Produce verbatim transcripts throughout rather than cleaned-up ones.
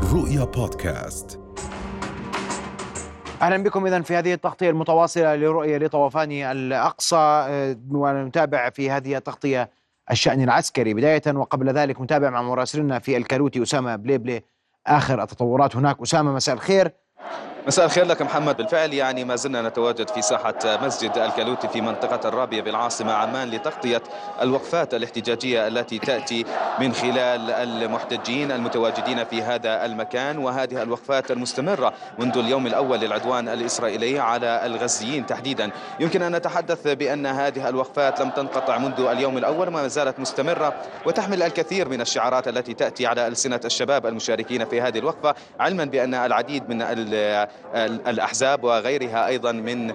رؤيا بودكاست. أهلا بكم إذن في هذه التغطية المتواصلة لرؤية لطوفان الأقصى، ونتابع في هذه التغطية الشأن العسكري بداية، وقبل ذلك نتابع مع مراسلنا في الكالوتي أسامة بليبلي آخر التطورات هناك. أسامة، مساء الخير. مساء الخير لك محمد. بالفعل يعني ما زلنا نتواجد في ساحة مسجد الكالوتي في منطقة الرابية بالعاصمة عمان لتغطية الوقفات الاحتجاجية التي تأتي من خلال المحتجين المتواجدين في هذا المكان، وهذه الوقفات المستمرة منذ اليوم الأول للعدوان الإسرائيلي على الغزيين تحديدا. يمكن أن نتحدث بأن هذه الوقفات لم تنقطع منذ اليوم الأول وما زالت مستمرة، وتحمل الكثير من الشعارات التي تأتي على ألسنة الشباب المشاركين في هذه الوقفة، علما بأن العديد من الأحزاب وغيرها أيضا من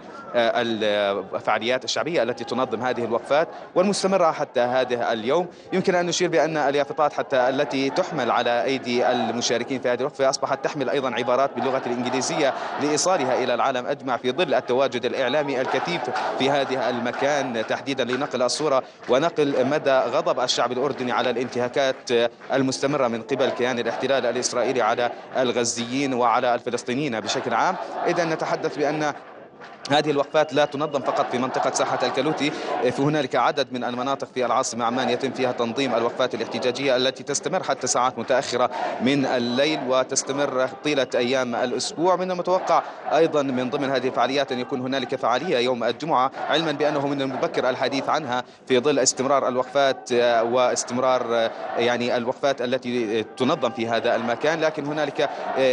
الفعاليات الشعبية التي تنظم هذه الوقفات والمستمرة حتى هذا اليوم. يمكن أن نشير بأن اليافطات حتى التي تحمل على أيدي المشاركين في هذه الوقفة أصبحت تحمل أيضا عبارات باللغة الإنجليزية لإيصالها إلى العالم أجمع، في ظل التواجد الإعلامي الكثيف في هذا المكان تحديدا لنقل الصورة ونقل مدى غضب الشعب الأردني على الانتهاكات المستمرة من قبل كيان الاحتلال الإسرائيلي على الغزيين وعلى الفلسطينيين بشكل عام. إذا نتحدث بأن هذه الوقفات لا تنظم فقط في منطقة ساحة الكالوتي، فهنالك عدد من المناطق في العاصمة عمان يتم فيها تنظيم الوقفات الاحتجاجية التي تستمر حتى ساعات متأخرة من الليل وتستمر طيلة أيام الأسبوع. من المتوقع أيضا من ضمن هذه الفعاليات أن يكون هنالك فعالية يوم الجمعة، علما بأنه من المبكر الحديث عنها في ظل استمرار الوقفات واستمرار يعني الوقفات التي تنظم في هذا المكان، لكن هنالك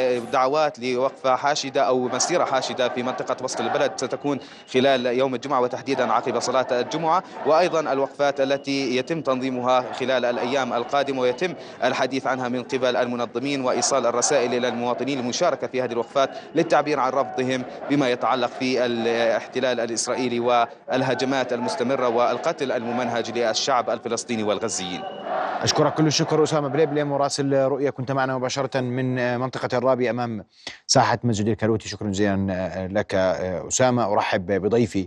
دعوات لوقفة حاشدة أو مسيرة حاشدة في منطقة وسط البلد ستكون خلال يوم الجمعة وتحديدا عقب صلاة الجمعة، وأيضا الوقفات التي يتم تنظيمها خلال الأيام القادمة ويتم الحديث عنها من قبل المنظمين وإيصال الرسائل إلى المواطنين للمشاركة في هذه الوقفات للتعبير عن رفضهم بما يتعلق في الاحتلال الإسرائيلي والهجمات المستمرة والقتل الممنهج للشعب الفلسطيني والغزيين. أشكرك كل الشكر أسامة بليبلي مراسل رؤية، كنت معنا مباشرة من منطقة الرابية أمام ساحة مسجد الكالوتي. شكرا جزيلا لك أسامة. أرحب بضيفي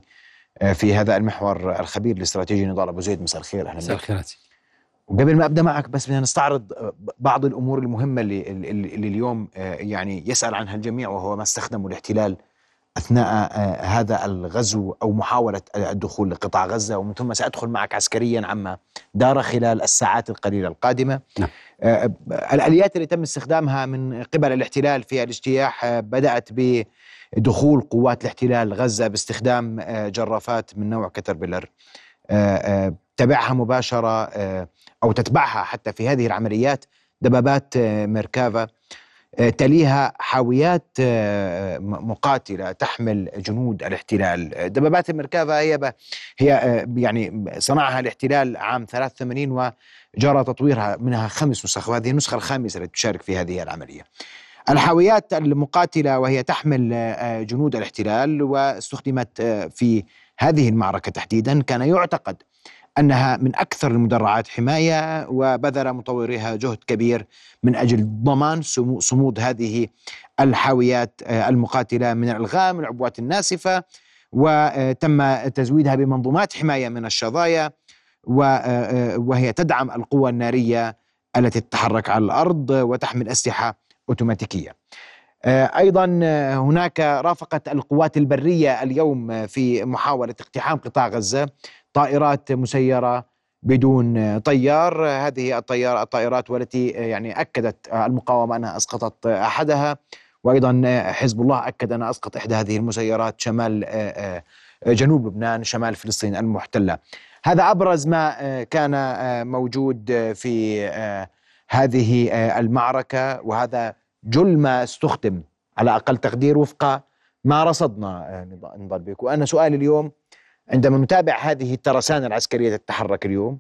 في هذا المحور الخبير الاستراتيجي نضال أبو زيد. مساء الخير. أهلا بك. مساء الخير. وقبل ما أبدأ معك بس بدنا نستعرض بعض الأمور المهمة اللي, اللي اليوم يعني يسأل عنها الجميع، وهو ما استخدمه الاحتلال أثناء هذا الغزو أو محاولة الدخول لقطاع غزة، ومن ثم سأدخل معك عسكريا عما دار خلال الساعات القليلة القادمة. نعم. الآليات اللي تم استخدامها من قبل الاحتلال في الاجتياح بدأت بدخول قوات الاحتلال غزة باستخدام جرافات من نوع كتربيلر، تبعها مباشرة أو تتبعها حتى في هذه العمليات دبابات ميركافا، تليها حاويات مقاتلة تحمل جنود الاحتلال. دبابات الميركافا هي هي يعني صنعها الاحتلال عام ثلاثة وثمانين وجرى تطويرها منها خمس نسخ، وهذه النسخة الخامسة التي تشارك في هذه العملية. الحاويات المقاتلة وهي تحمل جنود الاحتلال واستخدمت في هذه المعركة تحديدا، كان يعتقد أنها من أكثر المدرعات حماية، وبذل مطوريها جهد كبير من أجل ضمان صمود هذه الحاويات المقاتلة من الألغام والعبوات الناسفة، وتم تزويدها بمنظومات حماية من الشظايا، وهي تدعم القوى النارية التي تتحرك على الأرض وتحمل أسلحة أوتوماتيكية. أيضا هناك رافقت القوات البرية اليوم في محاولة اقتحام قطاع غزة طائرات مسيرة بدون طيار. هذه الطيار الطائرات والتي يعني أكدت المقاومة أنها أسقطت أحدها، وأيضا حزب الله أكد أنها أسقط إحدى هذه المسيرات شمال جنوب لبنان، شمال فلسطين المحتلة. هذا أبرز ما كان موجود في هذه المعركة، وهذا جل ما استخدم على أقل تقدير وفق ما رصدنا نضال بك. وأنا سؤالي اليوم عندما نتابع هذه الترسانة العسكرية تتحرك اليوم،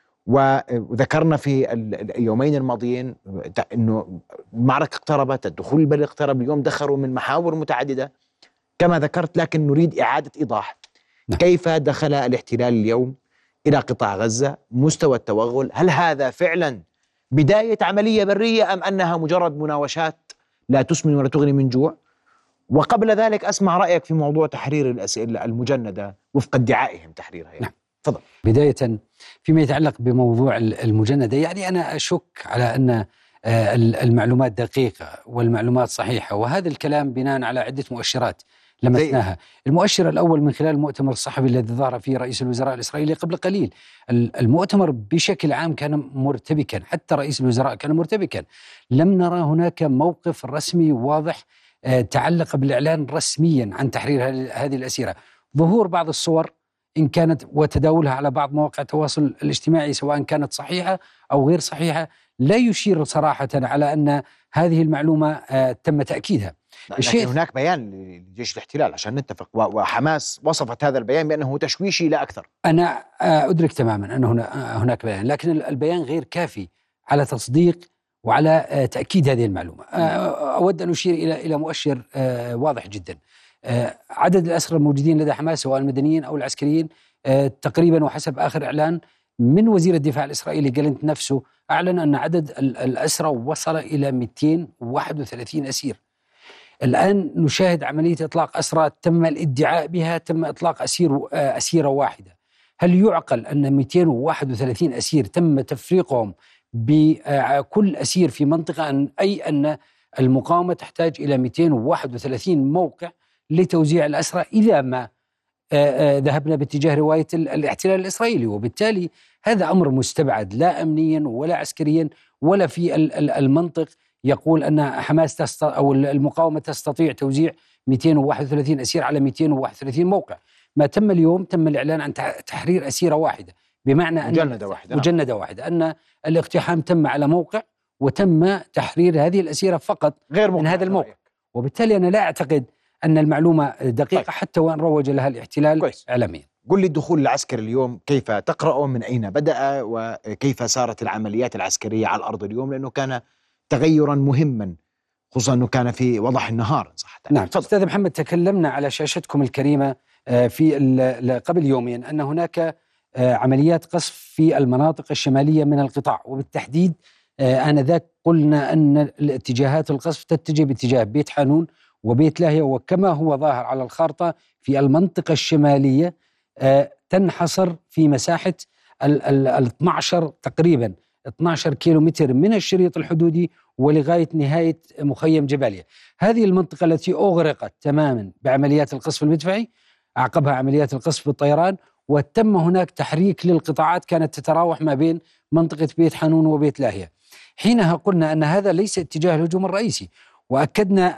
وذكرنا في اليومين الماضيين أنه المعركة اقتربت، الدخول البري اقترب، اليوم دخلوا من محاور متعددة كما ذكرت، لكن نريد إعادة إيضاح. نعم. كيف دخل الاحتلال اليوم إلى قطاع غزة؟ مستوى التوغل، هل هذا فعلا بداية عملية برية أم أنها مجرد مناوشات لا تسمن ولا تغني من جوع؟ وقبل ذلك أسمع رأيك في موضوع تحرير الأسئلة المجندة وفق ادعائهم تحريرها. يعني. نعم. تفضل. بداية فيما يتعلق بموضوع المجندة، يعني أنا أشك على أن المعلومات دقيقة والمعلومات صحيحة، وهذا الكلام بناء على عدة مؤشرات لمسناها. المؤشر الأول من خلال المؤتمر الصحفي الذي ظهر فيه رئيس الوزراء الإسرائيلي قبل قليل. المؤتمر بشكل عام كان مرتبكا، حتى رئيس الوزراء كان مرتبكا. لم نرى هناك موقف رسمي واضح تعلق بالإعلان رسميا عن تحرير هذه الأسيرة. ظهور بعض الصور إن كانت وتداولها على بعض مواقع التواصل الاجتماعي سواء كانت صحيحة أو غير صحيحة لا يشير صراحة على أن هذه المعلومة تم تأكيدها. لكن هناك بيان لجيش الاحتلال عشان نتفق، وحماس وصفت هذا البيان بأنه تشويشي لا أكثر. أنا أدرك تماما أن هناك بيان، لكن البيان غير كافي على تصديق وعلى تأكيد هذه المعلومة. أود أن أشير إلى إلى مؤشر واضح جدا. عدد الأسرى الموجودين لدى حماس سواء المدنيين أو العسكريين تقريبا، وحسب آخر إعلان من وزير الدفاع الإسرائيلي جالنت نفسه، أعلن أن عدد الأسرى وصل إلى مئتين وواحد وثلاثين أسير. الآن نشاهد عملية إطلاق أسرى تم الادعاء بها، تم إطلاق أسير أسيرة واحدة. هل يعقل أن مئتين وواحد وثلاثين أسير تم تفريقهم بكل أسير في منطقة، أن أي أن المقاومة تحتاج إلى مئتين وواحد وثلاثين موقع لتوزيع الأسرى إذا ما ذهبنا باتجاه رواية الاحتلال الإسرائيلي؟ وبالتالي هذا أمر مستبعد، لا أمنيا ولا عسكريا ولا في المنطق يقول أن حماس تستطيع أو المقاومة تستطيع توزيع مئتين وواحد وثلاثين أسير على مئتين وواحد وثلاثين موقع. ما تم اليوم تم الإعلان عن تحرير أسيرة واحدة، بمعنى أن مجندة واحدة مجندة واحدة أن الاقتحام تم على موقع وتم تحرير هذه الأسيرة فقط غير من هذا الموقع. وبالتالي أنا لا أعتقد أن المعلومة دقيقة. طيب. حتى وأن روج لها الاحتلال كويس. إعلاميا. قل لي الدخول العسكري اليوم كيف تقرأه؟ من أين بدأ وكيف صارت العمليات العسكرية على الأرض اليوم؟ لأنه كان تغيرا مهما، خصوصا أنه كان في وضح النهار صح. نعم أستاذ محمد، تكلمنا على شاشتكم الكريمة في قبل يومين أن هناك عمليات قصف في المناطق الشمالية من القطاع، وبالتحديد آنذاك قلنا أن الاتجاهات القصف تتجه باتجاه بيت حانون وبيت لاهيا، وكما هو ظاهر على الخارطة في المنطقة الشمالية تنحصر في مساحة ال اثني عشر تقريبا اثني عشر كيلومتر من الشريط الحدودي ولغاية نهاية مخيم جباليا. هذه المنطقة التي أغرقت تماما بعمليات القصف المدفعي، أعقبها عمليات القصف بالطيران، وتم هناك تحريك للقطاعات كانت تتراوح ما بين منطقة بيت حانون وبيت لاهيا. حينها قلنا أن هذا ليس اتجاه الهجوم الرئيسي، وأكدنا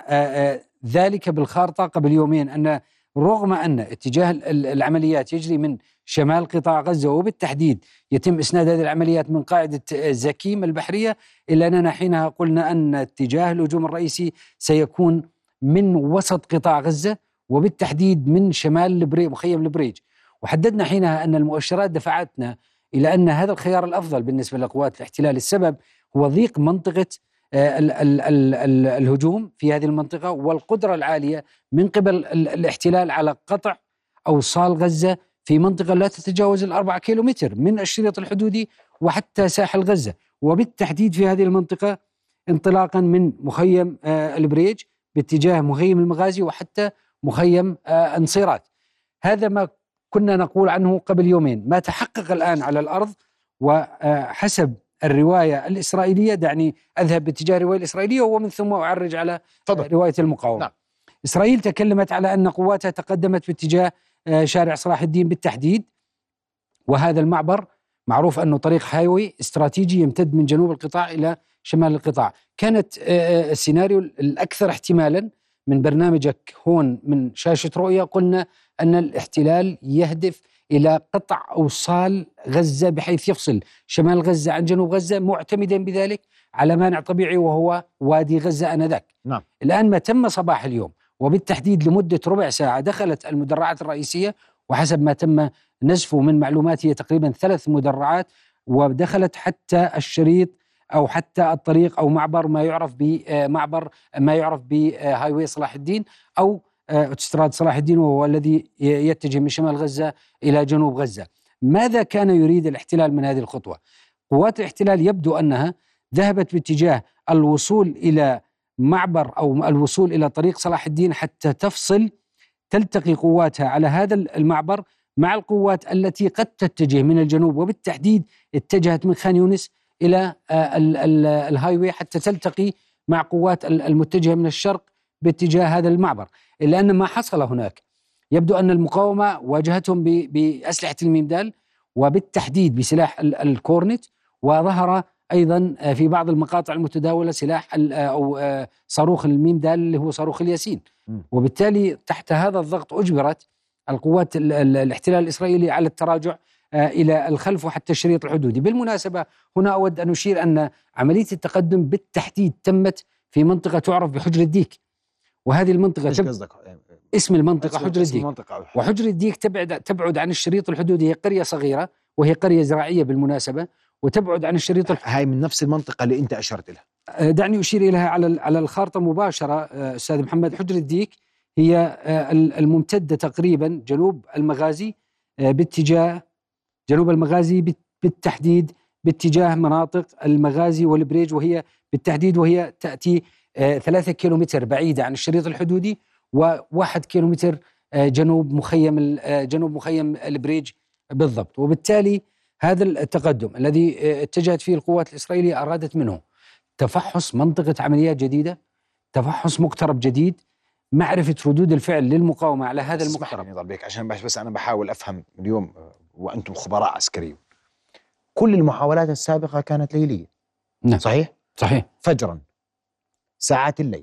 ذلك بالخارطة قبل يومين أن رغم أن اتجاه العمليات يجري من شمال قطاع غزة، وبالتحديد يتم إسناد هذه العمليات من قاعدة زكيم البحرية، إلا أننا حينها قلنا أن اتجاه الهجوم الرئيسي سيكون من وسط قطاع غزة، وبالتحديد من شمال البريج مخيم البريج. وحددنا حينها أن المؤشرات دفعتنا إلى أن هذا الخيار الأفضل بالنسبة لقوات الاحتلال. السبب هو ضيق منطقة ال ال ال ال الهجوم في هذه المنطقة، والقدرة العالية من قبل الاحتلال على قطع أوصال غزة في منطقة لا تتجاوز الأربعة كيلومتر من الشريط الحدودي وحتى ساحل غزة، وبالتحديد في هذه المنطقة انطلاقا من مخيم البريج باتجاه مخيم المغازي وحتى مخيم انصيرات. هذا ما كنا نقول عنه قبل يومين، ما تحقق الآن على الأرض. وحسب الرواية الإسرائيلية، دعني أذهب باتجاه الرواية الإسرائيلية ومن ثم أعرج على فضل. رواية المقاومة. نعم. إسرائيل تكلمت على أن قواتها تقدمت باتجاه شارع صلاح الدين بالتحديد، وهذا المعبر معروف أنه طريق حيوي استراتيجي يمتد من جنوب القطاع إلى شمال القطاع. كانت السيناريو الأكثر احتمالا من برنامجك هون من شاشة رؤية، قلنا أن الاحتلال يهدف إلى قطع أوصال غزة بحيث يفصل شمال غزة عن جنوب غزة، معتمدا بذلك على مانع طبيعي وهو وادي غزة آنذاك. نعم. الآن ما تم صباح اليوم وبالتحديد لمدة ربع ساعة دخلت المدرعات الرئيسية، وحسب ما تم نزفه من معلومات هي تقريبا ثلاث مدرعات، ودخلت حتى الشريط أو حتى الطريق أو معبر ما يعرف بمعبر ما يعرف بهايوي صلاح الدين أو اوتوستراد صلاح الدين، وهو الذي يتجه من شمال غزة إلى جنوب غزة. ماذا كان يريد الاحتلال من هذه الخطوة؟ قوات الاحتلال يبدو أنها ذهبت باتجاه الوصول إلى معبر أو الوصول إلى طريق صلاح الدين حتى تفصل، تلتقي قواتها على هذا المعبر مع القوات التي قد تتجه من الجنوب، وبالتحديد اتجهت من خان يونس إلى الهاي واي حتى تلتقي مع قوات المتجهة من الشرق باتجاه هذا المعبر. إلا أن ما حصل هناك يبدو أن المقاومة واجهتهم بأسلحة الميمدال وبالتحديد بسلاح الكورنت، وظهر أيضا في بعض المقاطع المتداولة سلاح أو صاروخ الميمدال اللي هو صاروخ الياسين. وبالتالي تحت هذا الضغط أجبرت القوات الاحتلال الإسرائيلي على التراجع إلى الخلف وحتى الشريط الحدودي. بالمناسبة هنا أود أن أشير أن عملية التقدم بالتحديد تمت في منطقة تعرف بحجر الديك، وهذه المنطقة تب... اسم المنطقة حجر الديك، وحجر الديك تبعد تبعد عن الشريط الحدودي، هي قرية صغيرة وهي قرية زراعية بالمناسبة، وتبعد عن الشريط الحدودي. هاي من نفس المنطقة اللي أنت أشرت لها. دعني أشير إليها على على الخارطة مباشرة أستاذ محمد. حجر الديك هي الممتدة تقريبا جنوب المغازي باتجاه جنوب المغازي بالتحديد باتجاه مناطق المغازي والبريج، وهي بالتحديد وهي تأتي ثلاثة كيلومتر بعيدة عن الشريط الحدودي وواحد كيلومتر جنوب مخيم جنوب مخيم البريج بالضبط. وبالتالي هذا التقدم الذي اتجهت فيه القوات الإسرائيلية أرادت منه تفحص منطقة عمليات جديدة، تفحص مقترب جديد، معرفة ردود الفعل للمقاومة على هذا المقترب. عشان بس أنا بحاول أفهم اليوم وأنتم خبراء عسكريون، كل المحاولات السابقة كانت ليلية. نعم. صحيح؟ صحيح. فجرا ساعات الليل.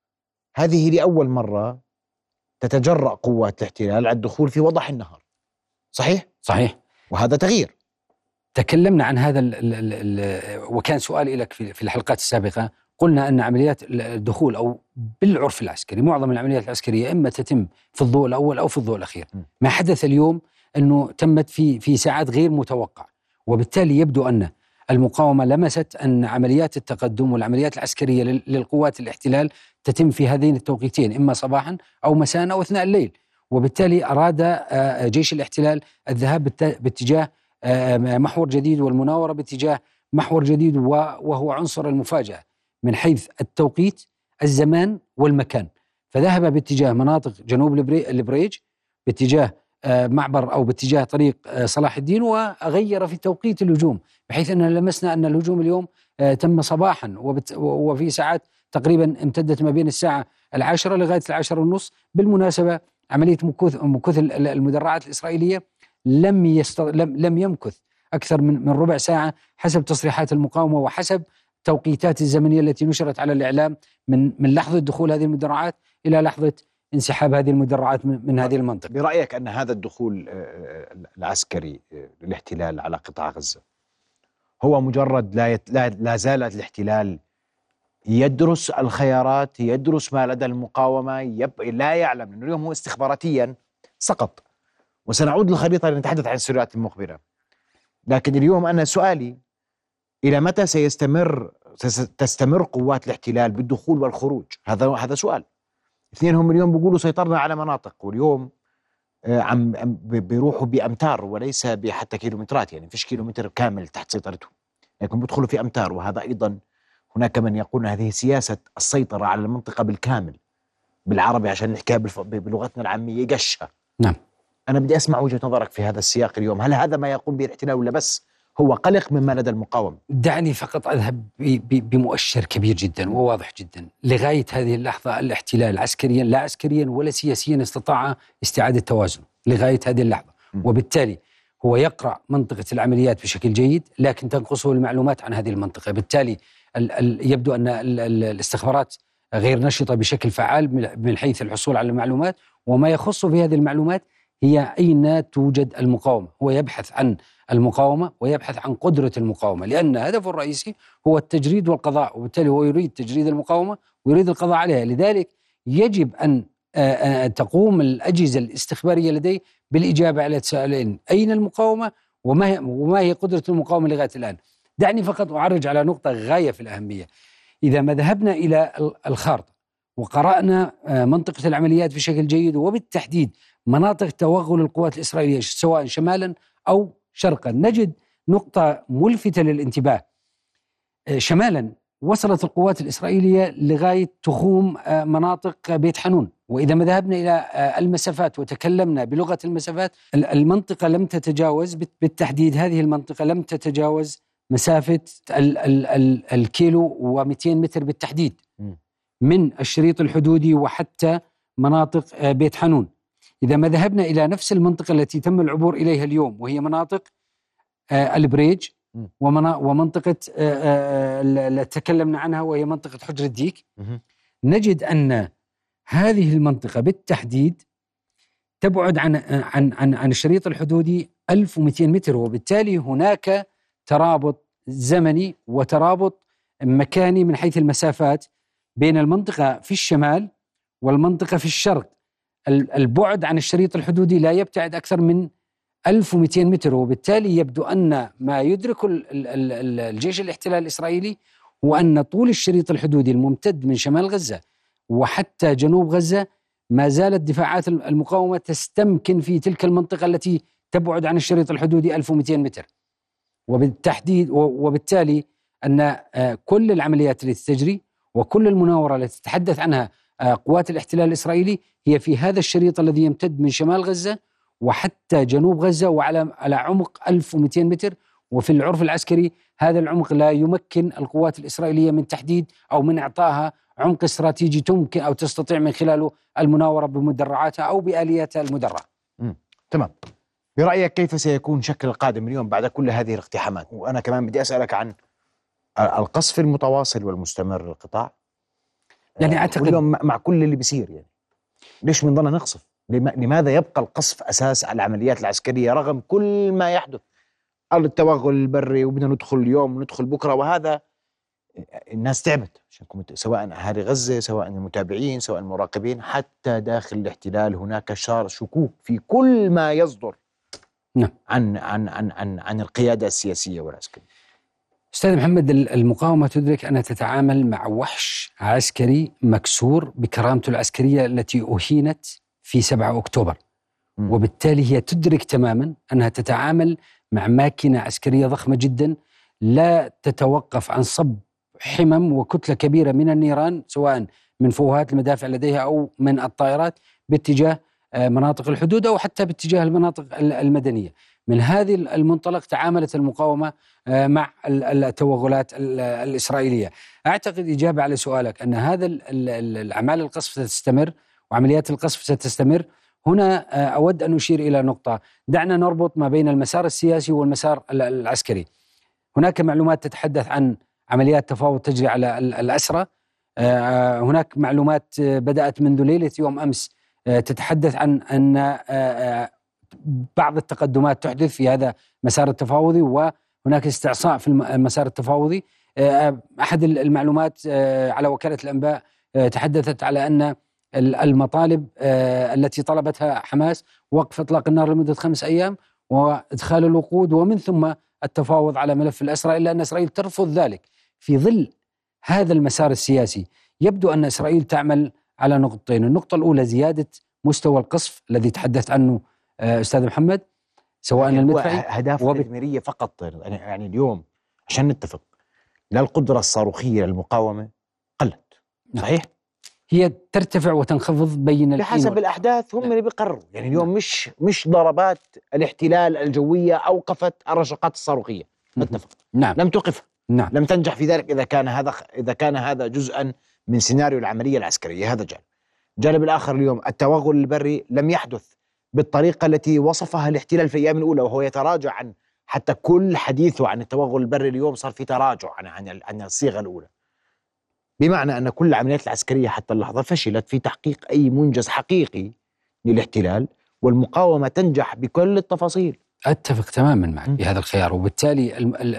هذه لأول مرة تتجرأ قوات الاحتلال على الدخول في وضح النهار. صحيح؟ صحيح. وهذا تغيير. تكلمنا عن هذا ال ال ال وكان سؤالي لك في, في الحلقات السابقة، قلنا أن عمليات الدخول أو بالعرف العسكري معظم العمليات العسكرية إما تتم في الضوء الأول أو في الضوء الأخير. م. ما حدث اليوم أنه تمت في في ساعات غير متوقعة، وبالتالي يبدو أن المقاومة لمست أن عمليات التقدم والعمليات العسكرية للقوات الاحتلال تتم في هذين التوقيتين، إما صباحا أو مساء أو أثناء الليل. وبالتالي أراد جيش الاحتلال الذهاب باتجاه محور جديد والمناورة باتجاه محور جديد، وهو عنصر المفاجأة من حيث التوقيت الزمان والمكان. فذهب باتجاه مناطق جنوب البريج باتجاه معبر أو باتجاه طريق صلاح الدين، وغير في توقيت الهجوم بحيث أننا لمسنا أن الهجوم اليوم تم صباحا وفي ساعات تقريبا امتدت ما بين الساعة العاشرة لغاية العاشرة والنصف. بالمناسبة عملية مكوث مكوث المدرعات الإسرائيلية لم يست... لم لم يمكث أكثر من من ربع ساعة حسب تصريحات المقاومة وحسب توقيتات الزمنية التي نشرت على الإعلام، من من لحظة دخول هذه المدرعات إلى لحظة انسحاب هذه المدرعات من, من هذه المنطقة. برأيك أن هذا الدخول العسكري للاحتلال على قطاع غزة هو مجرد لا, يت... لا... لا زال الاحتلال يدرس الخيارات، يدرس ما لدى المقاومة، يب... لا يعلم، لأنه اليوم هو استخباراتيا سقط، وسنعود للخريطة لنتحدث عن السيناريوهات المخبرة. لكن اليوم أنا سؤالي إلى متى سيستمر تستمر قوات الاحتلال بالدخول والخروج؟ هذا هذا سؤال. اثنين هم اليوم بيقولوا سيطرنا على مناطق، واليوم عم بيروحوا بأمتار وليس بحتى كيلومترات، يعني فيش كيلومتر كامل تحت سيطرتهم، لكن بيدخلوا في أمتار. وهذا أيضا هناك من يقول هذه سياسة السيطرة على المنطقة بالكامل، بالعربي عشان نحكيها بلغتنا العامية قشة. نعم. أنا بدي أسمع وجهة نظرك في هذا السياق اليوم. هل هذا ما يقوم به الاحتلال ولا بس هو قلق مما لدى المقاومة؟ دعني فقط أذهب بمؤشر كبير جدا وواضح جدا. لغاية هذه اللحظة الاحتلال عسكريا لا عسكريا ولا سياسيا استطاع استعادة توازن لغاية هذه اللحظة، وبالتالي هو يقرأ منطقة العمليات بشكل جيد لكن تنقصه المعلومات عن هذه المنطقة. بالتالي ال ال يبدو أن ال ال الاستخبارات غير نشطة بشكل فعال من حيث الحصول على المعلومات، وما يخص في هذه المعلومات هي أين توجد المقاومة. هو يبحث عن المقاومة ويبحث عن قدرة المقاومة، لأن هدفه الرئيسي هو التجريد والقضاء، وبالتالي هو يريد تجريد المقاومة ويريد القضاء عليها. لذلك يجب أن تقوم الأجهزة الاستخبارية لديه بالإجابة على السؤالين: أين المقاومة وما هي, وما هي قدرة المقاومة لغاية الآن. دعني فقط أعرج على نقطة غاية في الأهمية. إذا ما ذهبنا إلى الخارطة وقرأنا منطقة العمليات بشكل جيد وبالتحديد مناطق توغل القوات الإسرائيلية سواء شمالا أو شرقا، نجد نقطة ملفتة للانتباه. شمالا وصلت القوات الإسرائيلية لغاية تخوم مناطق بيت حنون، وإذا ما ذهبنا إلى المسافات وتكلمنا بلغة المسافات، المنطقة لم تتجاوز بالتحديد، هذه المنطقة لم تتجاوز مسافة ال ال ال الكيلو ومئتين متر بالتحديد من الشريط الحدودي وحتى مناطق بيت حانون. إذا ما ذهبنا إلى نفس المنطقة التي تم العبور إليها اليوم وهي مناطق البريج ومنطقة اللي تكلمنا عنها وهي منطقة حجر الديك، نجد أن هذه المنطقة بالتحديد تبعد عن عن عن عن الشريط الحدودي ألف ومئتين متر، وبالتالي هناك ترابط زمني وترابط مكاني من حيث المسافات بين المنطقة في الشمال والمنطقة في الشرق. البعد عن الشريط الحدودي لا يبتعد أكثر من ألف ومئتين متر، وبالتالي يبدو أن ما يدرك الجيش الاحتلال الإسرائيلي هو أن طول الشريط الحدودي الممتد من شمال غزة وحتى جنوب غزة ما زالت دفاعات المقاومة تستمكن في تلك المنطقة التي تبعد عن الشريط الحدودي ألف ومئتين متر، وبالتحديد وبالتالي أن كل العمليات التي تجري وكل المناورة التي تتحدث عنها قوات الاحتلال الإسرائيلي هي في هذا الشريط الذي يمتد من شمال غزة وحتى جنوب غزة وعلى على عمق ألف ومئتين متر. وفي العرف العسكري هذا العمق لا يمكن القوات الإسرائيلية من تحديد أو من إعطائها عمق استراتيجي تمكن أو تستطيع من خلاله المناورة بمدرعاتها أو بآلياتها المدرعة. م. تمام. برأيك كيف سيكون شكل القادم اليوم بعد كل هذه الاقتحامات؟ وأنا كمان بدي أسألك عن القصف المتواصل والمستمر للقطاع. يعني أعتقد اليوم مع كل اللي بيصير يعني ليش بنضلنا نقصف؟ لماذا يبقى القصف أساس العمليات العسكرية رغم كل ما يحدث؟ التوغل البري وبدنا ندخل اليوم وندخل بكرة، وهذا الناس تعبت سواء أهالي غزة سواء المتابعين سواء المراقبين، حتى داخل الاحتلال هناك شار شكوك في كل ما يصدر نعم. عن عن عن عن عن القيادة السياسية والعسكرية. أستاذ محمد، المقاومة تدرك أنها تتعامل مع وحش عسكري مكسور بكرامته العسكرية التي أهينت في سبعة أكتوبر، م. وبالتالي هي تدرك تماما أنها تتعامل مع ماكينة عسكرية ضخمة جدا لا تتوقف عن صب حمم وكتلة كبيرة من النيران سواء من فوهات المدافع لديها أو من الطائرات باتجاه مناطق الحدود أو حتى باتجاه المناطق المدنية. من هذه المنطلق تعاملت المقاومة مع التوغلات الإسرائيلية. أعتقد إجابة على سؤالك أن هذا الأعمال القصف ستستمر وعمليات القصف ستستمر. هنا أود أن أشير إلى نقطة، دعنا نربط ما بين المسار السياسي والمسار العسكري. هناك معلومات تتحدث عن عمليات تفاوض تجري على الأسرى، هناك معلومات بدأت منذ ليلة يوم أمس تتحدث عن أن بعض التقدمات تحدث في هذا المسار التفاوضي وهناك استعصاء في المسار التفاوضي. أحد المعلومات على وكالة الأنباء تحدثت على أن المطالب التي طلبتها حماس وقف إطلاق النار لمدة خمس أيام وإدخال الوقود ومن ثم التفاوض على ملف الأسرى، إلا أن إسرائيل ترفض ذلك. في ظل هذا المسار السياسي يبدو أن إسرائيل تعمل على نقطتين. النقطة الأولى زيادة مستوى القصف الذي تحدثت عنه أستاذ محمد سواء يعني المدفعي أهداف وب... تدميرية فقط. يعني اليوم عشان نتفق لا القدرة الصاروخية للمقاومة قلت، صحيح؟ هي ترتفع وتنخفض بين بحسب الأحداث هم اللي بيقرروا. يعني اليوم مش مش ضربات الاحتلال الجوية أوقفت الرشقات الصاروخية، نتفق. نعم. لم توقفها. نعم. لم تنجح في ذلك إذا كان هذا إذا كان هذا جزءا من سيناريو العملية العسكرية. هذا جانب. الجانب الآخر اليوم التوغل البري لم يحدث بالطريقة التي وصفها الاحتلال في الأيام الأولى، وهو يتراجع عن حتى كل حديثه عن التوغل البري اليوم صار في تراجع عن عن عن الصيغة الأولى، بمعنى أن كل العمليات العسكرية حتى اللحظة فشلت في تحقيق أي منجز حقيقي للاحتلال، والمقاومة تنجح بكل التفاصيل. أتفق تماما معك في هذا الخيار. وبالتالي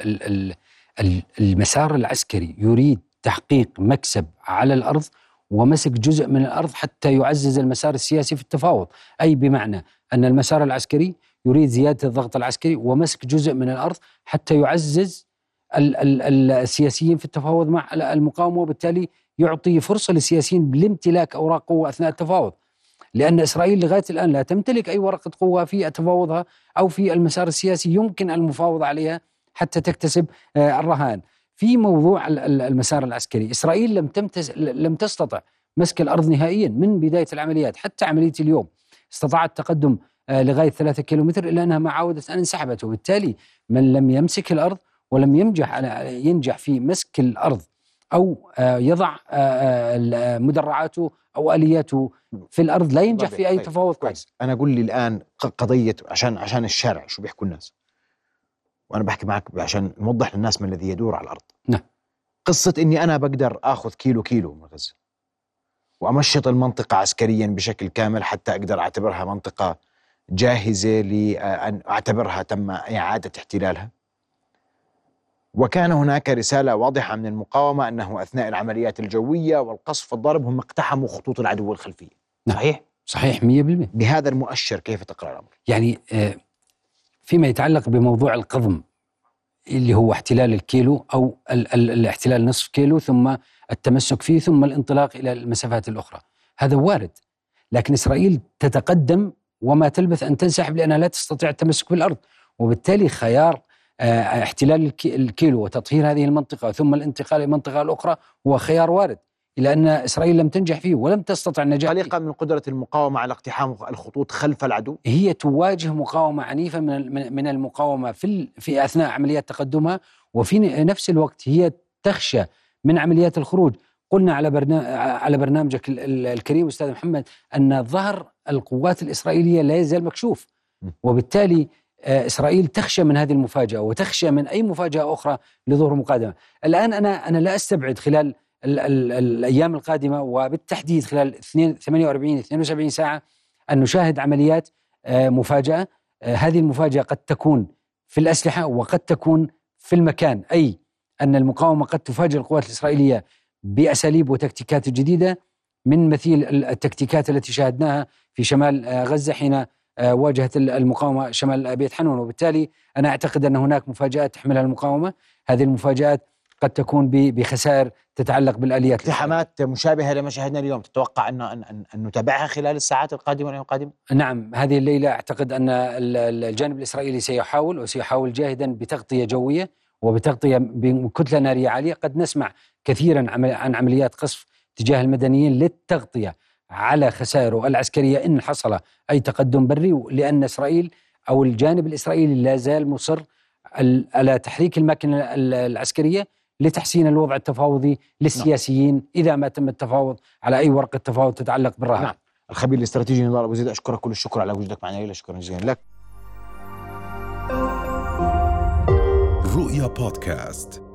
المسار العسكري يريد تحقيق مكسب على الأرض ومسك جزء من الأرض حتى يعزز المسار السياسي في التفاوض، أي بمعنى أن المسار العسكري يريد زيادة الضغط العسكري ومسك جزء من الأرض حتى يعزز ال ال السياسيين في التفاوض مع المقاومة، وبالتالي يعطي فرصة للسياسيين لامتلاك أوراق قوة أثناء التفاوض، لأن إسرائيل لغاية الآن لا تمتلك أي ورقة قوة في تفاوضها أو في المسار السياسي يمكن المفاوضة عليها حتى تكتسب الرهان. في موضوع المسار العسكري إسرائيل لم تمتز لم تستطع مسك الأرض نهائيا من بداية العمليات، حتى عملية اليوم استطاعت تقدم لغاية ثلاثة كيلومتر إلا أنها ما عاودت أن انسحبت. وبالتالي من لم يمسك الأرض ولم ينجح على ينجح في مسك الأرض أو يضع مدرعاته أو آلياته في الأرض، لا ينجح في أي تفاوض كويس. أنا أقول لي الآن قضية عشان عشان الشارع شو بيحكوا الناس، وأنا بحكي معك عشان نوضح للناس ما الذي يدور على الأرض. نعم. قصة إني أنا بقدر أخذ كيلو كيلو من غزة وأمشط المنطقة عسكريا بشكل كامل حتى أقدر أعتبرها منطقة جاهزة لأن أعتبرها تم إعادة احتلالها. وكان هناك رسالة واضحة من المقاومة أنه أثناء العمليات الجوية والقصف والضرب هم اقتحموا خطوط العدو الخلفية. صحيح؟ صحيح مية بالمية. بهذا المؤشر كيف تقرأ الأمر؟ يعني فيما يتعلق بموضوع القضم اللي هو احتلال الكيلو أو ال ال الاحتلال نصف كيلو ثم التمسك فيه ثم الانطلاق إلى المسافات الأخرى، هذا وارد. لكن إسرائيل تتقدم وما تلبث أن تنسحب لأنها لا تستطيع التمسك بالأرض، وبالتالي خيار اه احتلال الكيلو وتطهير هذه المنطقة ثم الانتقال إلى منطقة الأخرى هو خيار وارد، إلى أن إسرائيل لم تنجح فيه ولم تستطع النجاح. قلقا من قدرة المقاومة على اقتحام الخطوط خلف العدو؟ هي تواجه مقاومة عنيفة من من المقاومة في في أثناء عمليات تقدمها، وفي نفس الوقت هي تخشى من عمليات الخروج. قلنا على برنامج على برنامجك الكريم أستاذ محمد أن ظهر القوات الإسرائيلية لا يزال مكشوف، وبالتالي إسرائيل تخشى من هذه المفاجأة وتخشى من أي مفاجأة أخرى لظهور مقادمة. الآن أنا أنا لا أستبعد خلال ال ال الأيام القادمة وبالتحديد خلال ثمانية وأربعين اثنين وسبعين ساعة أن نشاهد عمليات مفاجأة. هذه المفاجأة قد تكون في الأسلحة وقد تكون في المكان، أي أن المقاومة قد تفاجئ القوات الإسرائيلية بأساليب وتكتيكات جديدة من مثيل التكتيكات التي شاهدناها في شمال غزة حين واجهت المقاومة شمال بيت حنون. وبالتالي أنا أعتقد أن هناك مفاجآت تحملها المقاومة، هذه المفاجآت قد تكون بخسائر تتعلق بالآليات. اقتحامات مشابهة لما شاهدنا اليوم تتوقع أن أن أن نتابعها خلال الساعات القادمة والأيام القادمة؟ نعم، هذه الليلة أعتقد أن الجانب الإسرائيلي سيحاول وسيحاول جاهدا بتغطية جوية وبتغطية بكتلة نارية عالية. قد نسمع كثيرا عن عمليات قصف تجاه المدنيين للتغطية على خسائره العسكرية إن حصل أي تقدم بري، لأن إسرائيل أو الجانب الإسرائيلي لا زال مصر على تحريك الماكينة العسكرية لتحسين الوضع التفاوضي للسياسيين. نعم. إذا ما تم التفاوض على أي ورقة تفاوض تتعلق بالرهان. نعم. الخبير الاستراتيجي نضال أبو زيد، أشكرك كل الشكر على وجودك معنا ليلة. شكرا جزيلا لك. رؤيا بودكاست.